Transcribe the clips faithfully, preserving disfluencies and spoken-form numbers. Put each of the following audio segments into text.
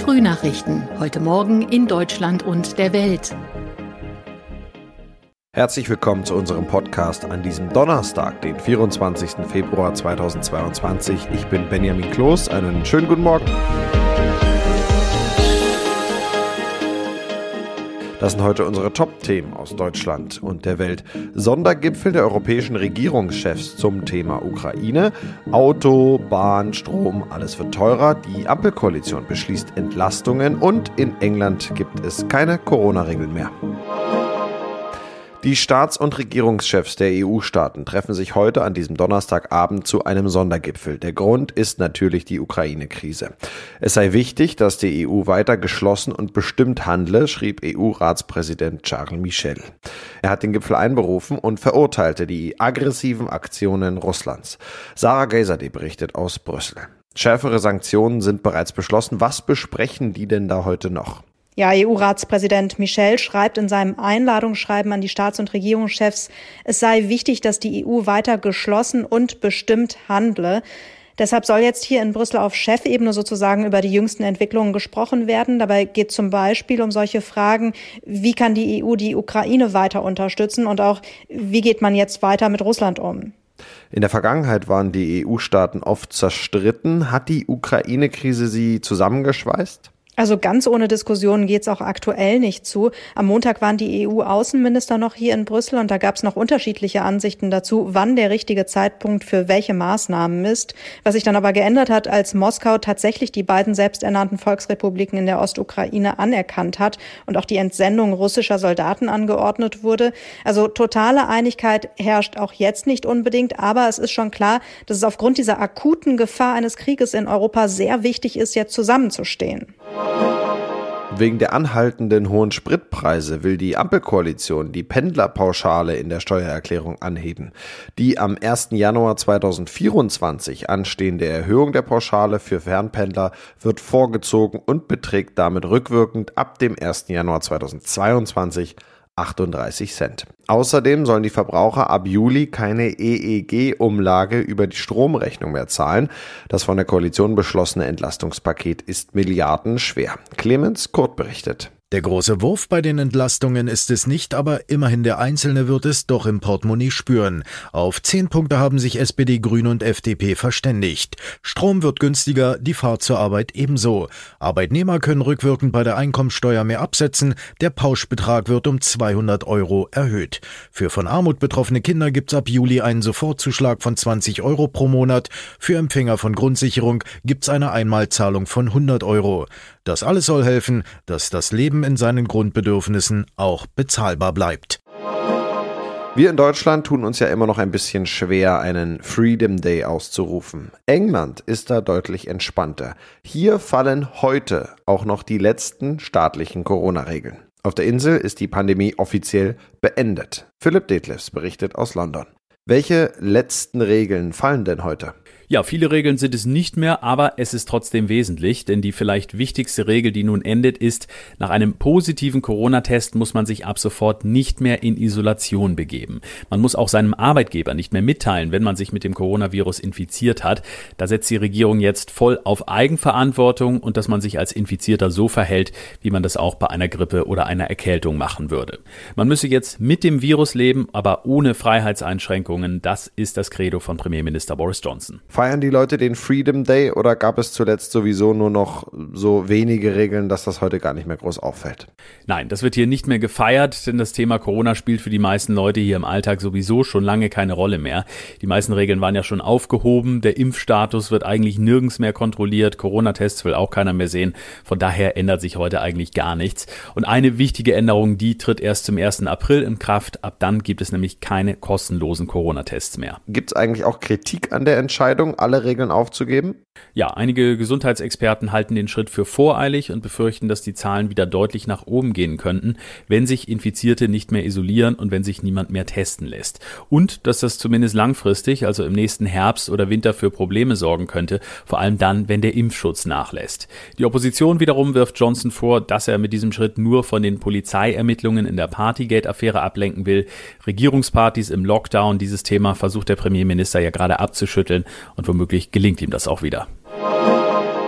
Frühnachrichten. Heute Morgen in Deutschland und der Welt. Herzlich willkommen zu unserem Podcast an diesem Donnerstag, den vierundzwanzigsten Februar zweitausendzweiundzwanzig. Ich bin Benjamin Kloß. Einen schönen guten Morgen. Das sind heute unsere Top-Themen aus Deutschland und der Welt. Sondergipfel der europäischen Regierungschefs zum Thema Ukraine. Auto, Bahn, Strom, alles wird teurer. Die Ampelkoalition beschließt Entlastungen und in England gibt es keine Corona-Regeln mehr. Die Staats- und Regierungschefs der E U-Staaten treffen sich heute an diesem Donnerstagabend zu einem Sondergipfel. Der Grund ist natürlich die Ukraine-Krise. Es sei wichtig, dass die E U weiter geschlossen und bestimmt handle, schrieb E U-Ratspräsident Charles Michel. Er hat den Gipfel einberufen und verurteilte die aggressiven Aktionen Russlands. Sarah Gayzadeh berichtet aus Brüssel. Schärfere Sanktionen sind bereits beschlossen. Was besprechen die denn da heute noch? Ja, E U-Ratspräsident Michel schreibt in seinem Einladungsschreiben an die Staats- und Regierungschefs, es sei wichtig, dass die E U weiter geschlossen und bestimmt handle. Deshalb soll jetzt hier in Brüssel auf Chefebene sozusagen über die jüngsten Entwicklungen gesprochen werden. Dabei geht zum Beispiel um solche Fragen, wie kann die E U die Ukraine weiter unterstützen und auch, wie geht man jetzt weiter mit Russland um? In der Vergangenheit waren die E U-Staaten oft zerstritten. Hat die Ukraine-Krise sie zusammengeschweißt? Also ganz ohne Diskussion geht's auch aktuell nicht zu. Am Montag waren die E U-Außenminister noch hier in Brüssel und da gab's noch unterschiedliche Ansichten dazu, wann der richtige Zeitpunkt für welche Maßnahmen ist. Was sich dann aber geändert hat, als Moskau tatsächlich die beiden selbsternannten Volksrepubliken in der Ostukraine anerkannt hat und auch die Entsendung russischer Soldaten angeordnet wurde. Also totale Einigkeit herrscht auch jetzt nicht unbedingt, aber es ist schon klar, dass es aufgrund dieser akuten Gefahr eines Krieges in Europa sehr wichtig ist, jetzt zusammenzustehen. Wegen der anhaltenden hohen Spritpreise will die Ampelkoalition die Pendlerpauschale in der Steuererklärung anheben. Die am ersten Januar zweitausendvierundzwanzig anstehende Erhöhung der Pauschale für Fernpendler wird vorgezogen und beträgt damit rückwirkend ab dem ersten Januar zweitausendzweiundzwanzig achtunddreißig Cent. Außerdem sollen die Verbraucher ab Juli keine E E G-Umlage über die Stromrechnung mehr zahlen. Das von der Koalition beschlossene Entlastungspaket ist milliardenschwer. Clemens Kurt berichtet. Der große Wurf bei den Entlastungen ist es nicht, aber immerhin der Einzelne wird es doch im Portemonnaie spüren. Auf zehn Punkte haben sich S P D, Grüne und F D P verständigt. Strom wird günstiger, die Fahrt zur Arbeit ebenso. Arbeitnehmer können rückwirkend bei der Einkommensteuer mehr absetzen, der Pauschbetrag wird um zweihundert Euro erhöht. Für von Armut betroffene Kinder gibt's ab Juli einen Sofortzuschlag von zwanzig Euro pro Monat. Für Empfänger von Grundsicherung gibt's eine Einmalzahlung von hundert Euro. Das alles soll helfen, dass das Leben in seinen Grundbedürfnissen auch bezahlbar bleibt. Wir in Deutschland tun uns ja immer noch ein bisschen schwer, einen Freedom Day auszurufen. England ist da deutlich entspannter. Hier fallen heute auch noch die letzten staatlichen Corona-Regeln. Auf der Insel ist die Pandemie offiziell beendet. Philipp Detlefs berichtet aus London. Welche letzten Regeln fallen denn heute? Ja, viele Regeln sind es nicht mehr, aber es ist trotzdem wesentlich, denn die vielleicht wichtigste Regel, die nun endet, ist, nach einem positiven Corona-Test muss man sich ab sofort nicht mehr in Isolation begeben. Man muss auch seinem Arbeitgeber nicht mehr mitteilen, wenn man sich mit dem Coronavirus infiziert hat. Da setzt die Regierung jetzt voll auf Eigenverantwortung und dass man sich als Infizierter so verhält, wie man das auch bei einer Grippe oder einer Erkältung machen würde. Man müsse jetzt mit dem Virus leben, aber ohne Freiheitseinschränkungen. Das ist das Credo von Premierminister Boris Johnson. Feiern die Leute den Freedom Day oder gab es zuletzt sowieso nur noch so wenige Regeln, dass das heute gar nicht mehr groß auffällt? Nein, das wird hier nicht mehr gefeiert, denn das Thema Corona spielt für die meisten Leute hier im Alltag sowieso schon lange keine Rolle mehr. Die meisten Regeln waren ja schon aufgehoben, der Impfstatus wird eigentlich nirgends mehr kontrolliert, Corona-Tests will auch keiner mehr sehen, von daher ändert sich heute eigentlich gar nichts. Und eine wichtige Änderung, die tritt erst zum ersten April in Kraft, ab dann gibt es nämlich keine kostenlosen Corona-Tests mehr. Gibt es eigentlich auch Kritik an der Entscheidung, alle Regeln aufzugeben? Ja, einige Gesundheitsexperten halten den Schritt für voreilig und befürchten, dass die Zahlen wieder deutlich nach oben gehen könnten, wenn sich Infizierte nicht mehr isolieren und wenn sich niemand mehr testen lässt. Und dass das zumindest langfristig, also im nächsten Herbst oder Winter, für Probleme sorgen könnte, vor allem dann, wenn der Impfschutz nachlässt. Die Opposition wiederum wirft Johnson vor, dass er mit diesem Schritt nur von den Polizeiermittlungen in der Partygate-Affäre ablenken will. Regierungspartys im Lockdown, dieses Thema versucht der Premierminister ja gerade abzuschütteln und womöglich gelingt ihm das auch wieder.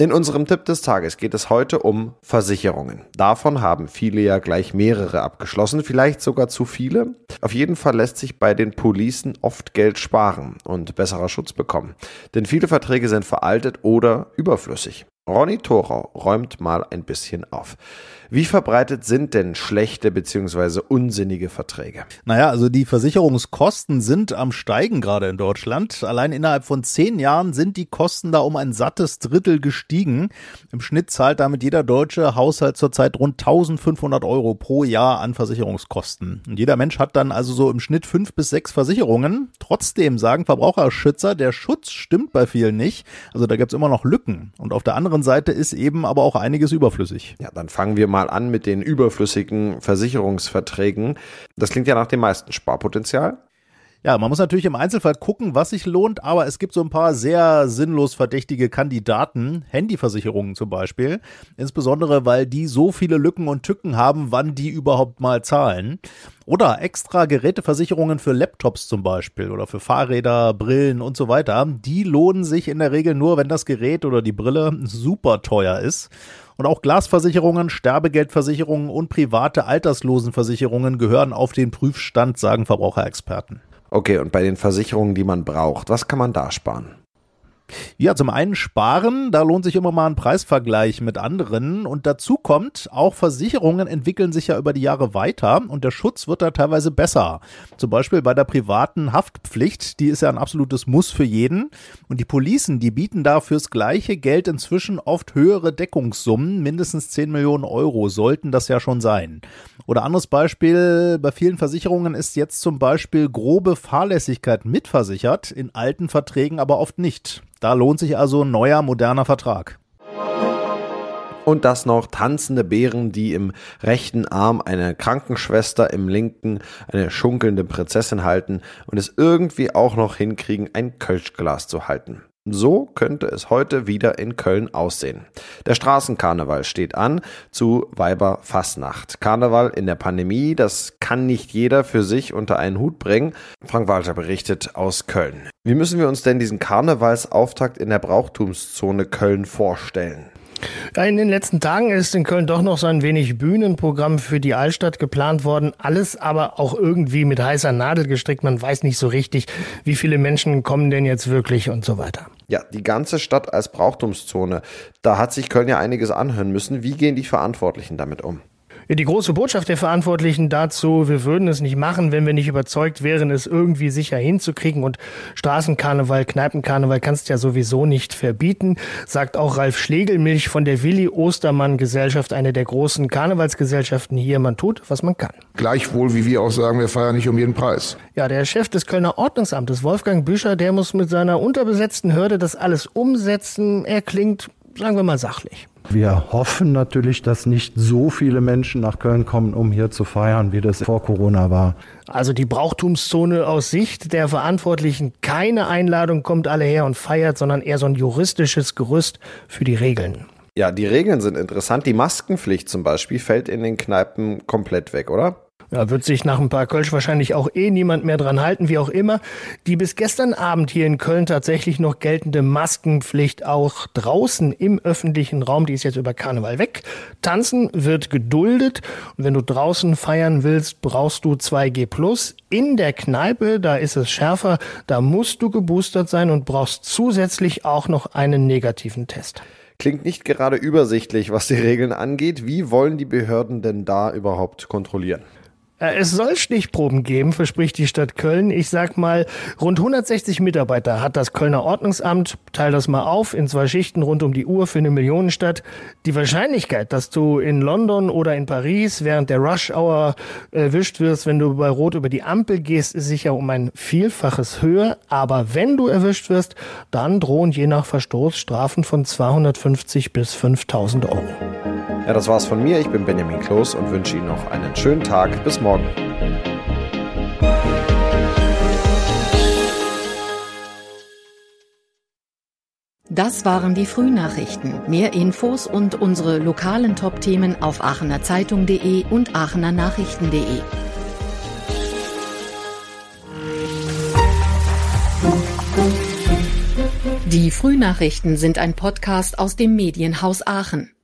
In unserem Tipp des Tages geht es heute um Versicherungen. Davon haben viele ja gleich mehrere abgeschlossen, vielleicht sogar zu viele. Auf jeden Fall lässt sich bei den Policen oft Geld sparen und besserer Schutz bekommen. Denn viele Verträge sind veraltet oder überflüssig. Ronny Thorau räumt mal ein bisschen auf. Wie verbreitet sind denn schlechte bzw. unsinnige Verträge? Naja, also die Versicherungskosten sind am Steigen gerade in Deutschland. Allein innerhalb von zehn Jahren sind die Kosten da um ein sattes Drittel gestiegen. Im Schnitt zahlt damit jeder deutsche Haushalt zurzeit rund eintausendfünfhundert Euro pro Jahr an Versicherungskosten. Und jeder Mensch hat dann also so im Schnitt fünf bis sechs Versicherungen. Trotzdem sagen Verbraucherschützer, der Schutz stimmt bei vielen nicht. Also da gibt es immer noch Lücken. Und auf der anderen Seite ist eben aber auch einiges überflüssig. Ja, dann fangen wir mal an mit den überflüssigen Versicherungsverträgen. Das klingt ja nach dem meisten Sparpotenzial. Ja, man muss natürlich im Einzelfall gucken, was sich lohnt, aber es gibt so ein paar sehr sinnlos verdächtige Kandidaten, Handyversicherungen zum Beispiel, insbesondere weil die so viele Lücken und Tücken haben, wann die überhaupt mal zahlen. Oder extra Geräteversicherungen für Laptops zum Beispiel oder für Fahrräder, Brillen und so weiter. Die lohnen sich in der Regel nur, wenn das Gerät oder die Brille super teuer ist. Und auch Glasversicherungen, Sterbegeldversicherungen und private Alterslosenversicherungen gehören auf den Prüfstand, sagen Verbraucherexperten. Okay, und bei den Versicherungen, die man braucht, was kann man da sparen? Ja, zum einen sparen, da lohnt sich immer mal ein Preisvergleich mit anderen und dazu kommt, auch Versicherungen entwickeln sich ja über die Jahre weiter und der Schutz wird da teilweise besser. Zum Beispiel bei der privaten Haftpflicht, die ist ja ein absolutes Muss für jeden und die Policen, die bieten da fürs gleiche Geld inzwischen oft höhere Deckungssummen, mindestens zehn Millionen Euro sollten das ja schon sein. Oder anderes Beispiel, bei vielen Versicherungen ist jetzt zum Beispiel grobe Fahrlässigkeit mitversichert, in alten Verträgen aber oft nicht. Da lohnt sich also ein neuer, moderner Vertrag. Und das noch tanzende Bären, die im rechten Arm eine Krankenschwester, im linken eine schunkelnde Prinzessin halten und es irgendwie auch noch hinkriegen, ein Kölschglas zu halten. So könnte es heute wieder in Köln aussehen. Der Straßenkarneval steht an zu Weiberfastnacht. Karneval in der Pandemie, das kann nicht jeder für sich unter einen Hut bringen. Frank Walter berichtet aus Köln. Wie müssen wir uns denn diesen Karnevalsauftakt in der Brauchtumszone Köln vorstellen? Ja, in den letzten Tagen ist in Köln doch noch so ein wenig Bühnenprogramm für die Altstadt geplant worden. Alles aber auch irgendwie mit heißer Nadel gestrickt. Man weiß nicht so richtig, wie viele Menschen kommen denn jetzt wirklich und so weiter. Ja, die ganze Stadt als Brauchtumszone. Da hat sich Köln ja einiges anhören müssen. Wie gehen die Verantwortlichen damit um? Die große Botschaft der Verantwortlichen dazu, wir würden es nicht machen, wenn wir nicht überzeugt wären, es irgendwie sicher hinzukriegen. Und Straßenkarneval, Kneipenkarneval kannst du ja sowieso nicht verbieten, sagt auch Ralf Schlegelmilch von der Willi Ostermann Gesellschaft, eine der großen Karnevalsgesellschaften hier. Man tut, was man kann. Gleichwohl, wie wir auch sagen, wir feiern nicht um jeden Preis. Ja, der Chef des Kölner Ordnungsamtes, Wolfgang Büscher, der muss mit seiner unterbesetzten Hürde das alles umsetzen. Er klingt, sagen wir mal, sachlich. Wir hoffen natürlich, dass nicht so viele Menschen nach Köln kommen, um hier zu feiern, wie das vor Corona war. Also die Brauchtumszone aus Sicht der Verantwortlichen, keine Einladung, kommt alle her und feiert, sondern eher so ein juristisches Gerüst für die Regeln. Ja, die Regeln sind interessant. Die Maskenpflicht zum Beispiel fällt in den Kneipen komplett weg, oder? Ja, wird sich nach ein paar Kölsch wahrscheinlich auch eh niemand mehr dran halten, wie auch immer. Die bis gestern Abend hier in Köln tatsächlich noch geltende Maskenpflicht auch draußen im öffentlichen Raum, die ist jetzt über Karneval weg. Tanzen wird geduldet und wenn du draußen feiern willst, brauchst du zwei G plus. In der Kneipe, da ist es schärfer, da musst du geboostert sein und brauchst zusätzlich auch noch einen negativen Test. Klingt nicht gerade übersichtlich, was die Regeln angeht. Wie wollen die Behörden denn da überhaupt kontrollieren? Es soll Stichproben geben, verspricht die Stadt Köln. Ich sag mal, rund hundertsechzig Mitarbeiter hat das Kölner Ordnungsamt. Teil das mal auf in zwei Schichten rund um die Uhr für eine Millionenstadt. Die Wahrscheinlichkeit, dass du in London oder in Paris während der Rush-Hour erwischt wirst, wenn du bei Rot über die Ampel gehst, ist sicher um ein Vielfaches höher. Aber wenn du erwischt wirst, dann drohen je nach Verstoß Strafen von zweihundertfünfzig bis fünftausend Euro. Ja, das war's von mir. Ich bin Benjamin Kloß und wünsche Ihnen noch einen schönen Tag. Bis morgen. Das waren die Frühnachrichten. Mehr Infos und unsere lokalen Top-Themen auf aachener zeitung punkt de und aachener nachrichten punkt de. Die Frühnachrichten sind ein Podcast aus dem Medienhaus Aachen.